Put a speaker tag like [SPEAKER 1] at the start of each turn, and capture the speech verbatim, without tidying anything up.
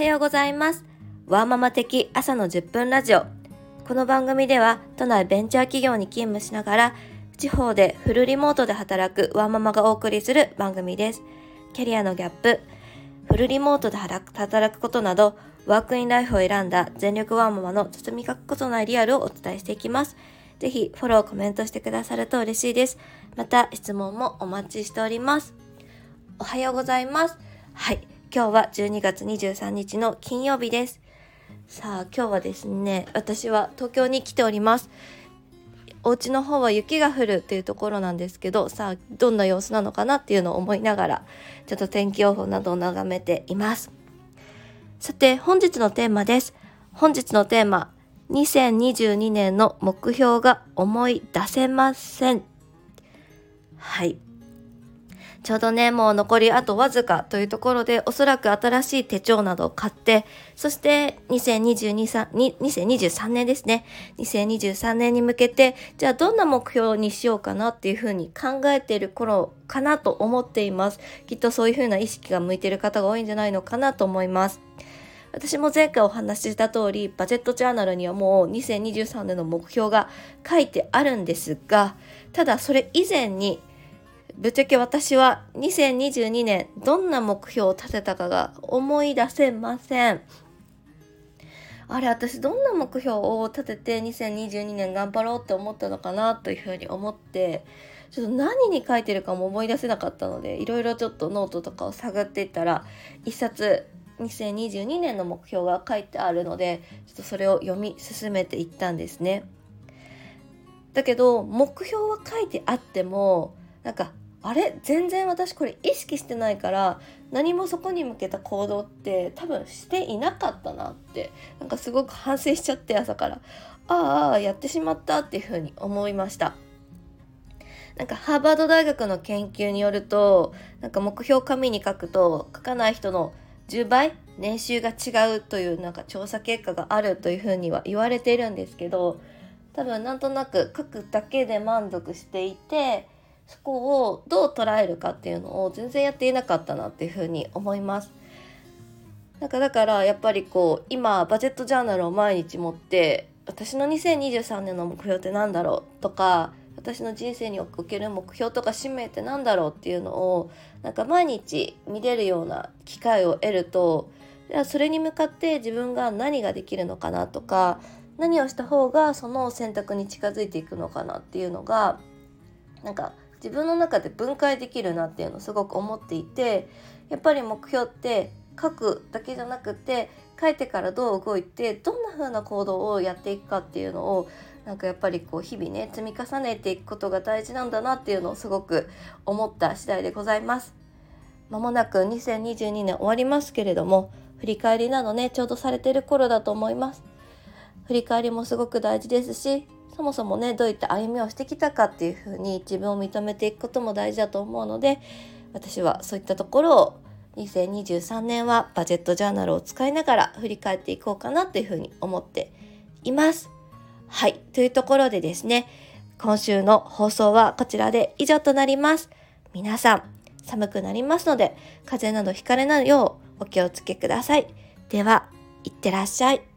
[SPEAKER 1] はようございます。ワーママ的朝のじゅっぷんラジオ。この番組では都内ベンチャー企業に勤務しながら地方でフルリモートで働くワーママがお送りする番組です。キャリアのギャップ、フルリモートで働くことなどワークインライフを選んだ全力ワーママの包み隠すことないリアルをお伝えしていきます。ぜひフォローコメントしてくださると嬉しいです。また質問もお待ちしております。おはようございます。はい、今日はじゅうにがつにじゅうさんにちの金曜日です。さあ今日はですね、私は東京に来ております。お家の方は雪が降るっていうところなんですけど、さあどんな様子なのかなっていうのを思いながらちょっと天気予報などを眺めています。さて本日のテーマです。本日のテーマ、にせんにじゅうにねんの目標が思い出せません。はい、ちょうどねもう残りあとわずかというところで、おそらく新しい手帳などを買って、そしてにせんにじゅうにねんですね、にせんにじゅうさんねんに向けてじゃあどんな目標にしようかなっていうふうに考えている頃かなと思っています。きっとそういうふうな意識が向いている方が多いんじゃないのかなと思います。私も前回お話しした通り、バジェットジャーナルにはもうにせんにじゅうさんねんの目標が書いてあるんですが、ただそれ以前にぶっちゃけ私はにせんにじゅうにねんどんな目標を立てたかが思い出せません。あれ、私どんな目標を立ててにせんにじゅうにねん頑張ろうって思ったのかなというふうに思って、ちょっと何に書いてるかも思い出せなかったので、いろいろちょっとノートとかを探っていったら一冊にせんにじゅうにねんの目標が書いてあるので、ちょっとそれを読み進めていったんですね。だけど目標は書いてあっても、なんかあれ全然私これ意識してないから、何もそこに向けた行動って多分していなかったなって、なんかすごく反省しちゃって、朝からああやってしまったっていうふうに思いました。なんかハーバード大学の研究によると、なんか目標を紙に書くと書かない人のじゅうばい年収が違うというなんか調査結果があるというふうには言われているんですけど、多分なんとなく書くだけで満足していて、そこをどう捉えるかっていうのを全然やっていなかったなっていうふうに思います。なんかだからやっぱりこう今バジェットジャーナルを毎日持って、私のにせんにじゅうさんねんの目標ってなんだろうとか、私の人生における目標とか使命ってなんだろうっていうのをなんか毎日見れるような機会を得ると、それに向かって自分が何ができるのかなとか、何をした方がその選択に近づいていくのかなっていうのがなんか自分の中で分解できるなっていうのをすごく思っていて、やっぱり目標って書くだけじゃなくて、書いてからどう動いてどんな風な行動をやっていくかっていうのをなんかやっぱりこう日々ね積み重ねていくことが大事なんだなっていうのをすごく思った次第でございます。まもなくにせんにじゅうにねん終わりますけれども、振り返りなどねちょうどされている頃だと思います。振り返りもすごく大事ですし、そもそもねどういった歩みをしてきたかっていう風に自分を認めていくことも大事だと思うので、私はそういったところをにせんにじゅうさんねんはバジェットジャーナルを使いながら振り返っていこうかなという風に思っています。はい、というところでですね、今週の放送はこちらで以上となります。皆さん寒くなりますので風邪などひかれないようお気をつけください。では、いってらっしゃい。